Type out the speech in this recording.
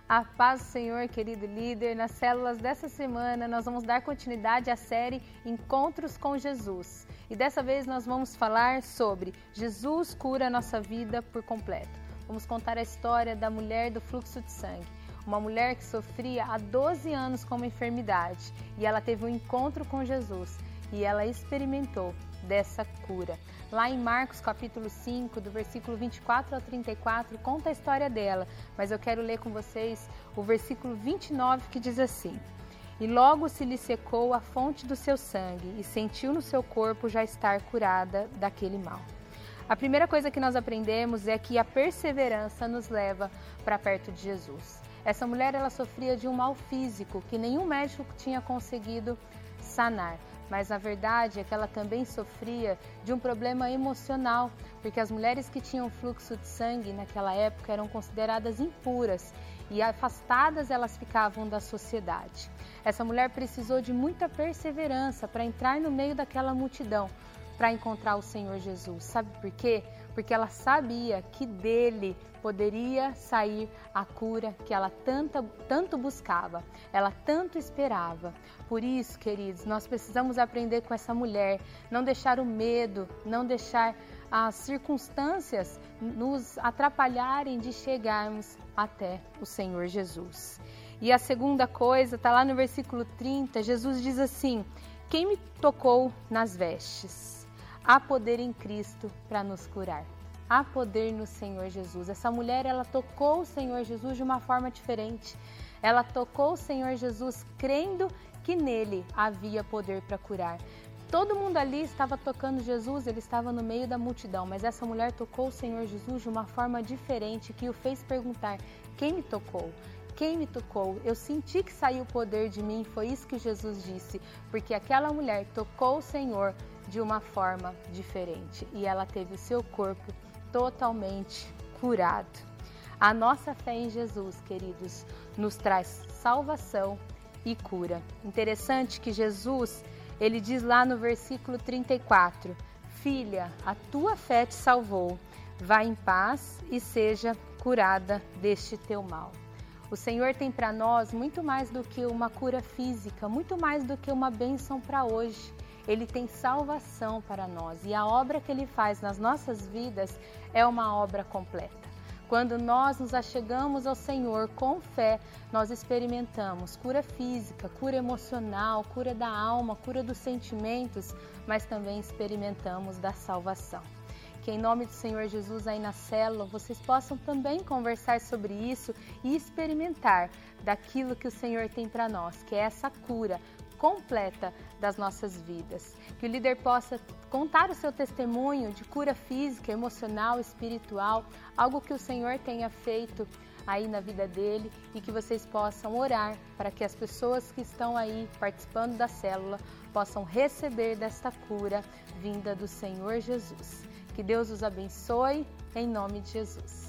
A paz do Senhor, querido líder. Nas células dessa semana, nós vamos dar continuidade à série Encontros com Jesus. E dessa vez nós vamos falar sobre Jesus cura a nossa vida por completo. Vamos contar a história da mulher do fluxo de sangue. Uma mulher que sofria há 12 anos com uma enfermidade. E ela teve um encontro com Jesus. E ela experimentou dessa cura. Lá em Marcos capítulo 5, do versículo 24 ao 34, conta a história dela, mas eu quero ler com vocês o versículo 29 que diz assim: E logo se lhe secou a fonte do seu sangue e sentiu no seu corpo já estar curada daquele mal. A primeira coisa que nós aprendemos é que a perseverança nos leva para perto de Jesus. Essa mulher, ela sofria de um mal físico que nenhum médico tinha conseguido sanar. Mas a verdade é que ela também sofria de um problema emocional, porque as mulheres que tinham fluxo de sangue naquela época eram consideradas impuras e afastadas elas ficavam da sociedade. Essa mulher precisou de muita perseverança para entrar no meio daquela multidão, para encontrar o Senhor Jesus. Sabe por quê? Porque ela sabia que dele poderia sair a cura que ela tanto buscava, ela tanto esperava. Por isso, queridos, nós precisamos aprender com essa mulher, não deixar o medo, não deixar as circunstâncias nos atrapalharem de chegarmos até o Senhor Jesus. E a segunda coisa, está lá no versículo 30, Jesus diz assim: quem me tocou nas vestes? Há poder em Cristo para nos curar. Há poder no Senhor Jesus. Essa mulher, ela tocou o Senhor Jesus de uma forma diferente. Ela tocou o Senhor Jesus crendo que nele havia poder para curar. Todo mundo ali estava tocando Jesus, ele estava no meio da multidão, mas essa mulher tocou o Senhor Jesus de uma forma diferente, que o fez perguntar: quem me tocou? Quem me tocou? Eu senti que saiu poder de mim, foi isso que Jesus disse, porque aquela mulher tocou o Senhor de uma forma diferente e ela teve o seu corpo totalmente curado. A nossa fé em Jesus, queridos, nos traz salvação e cura. Interessante que Jesus, ele diz lá no versículo 34, filha, a tua fé te salvou, vá em paz e seja curada deste teu mal. O Senhor tem para nós muito mais do que uma cura física, muito mais do que uma bênção para hoje. Ele tem salvação para nós e a obra que Ele faz nas nossas vidas é uma obra completa. Quando nós nos achegamos ao Senhor com fé, nós experimentamos cura física, cura emocional, cura da alma, cura dos sentimentos, mas também experimentamos da salvação. Que em nome do Senhor Jesus aí na célula, vocês possam também conversar sobre isso e experimentar daquilo que o Senhor tem para nós, que é essa cura completa das nossas vidas. Que o líder possa contar o seu testemunho de cura física, emocional, espiritual, algo que o Senhor tenha feito aí na vida dele e que vocês possam orar para que as pessoas que estão aí participando da célula possam receber desta cura vinda do Senhor Jesus. Que Deus os abençoe, em nome de Jesus.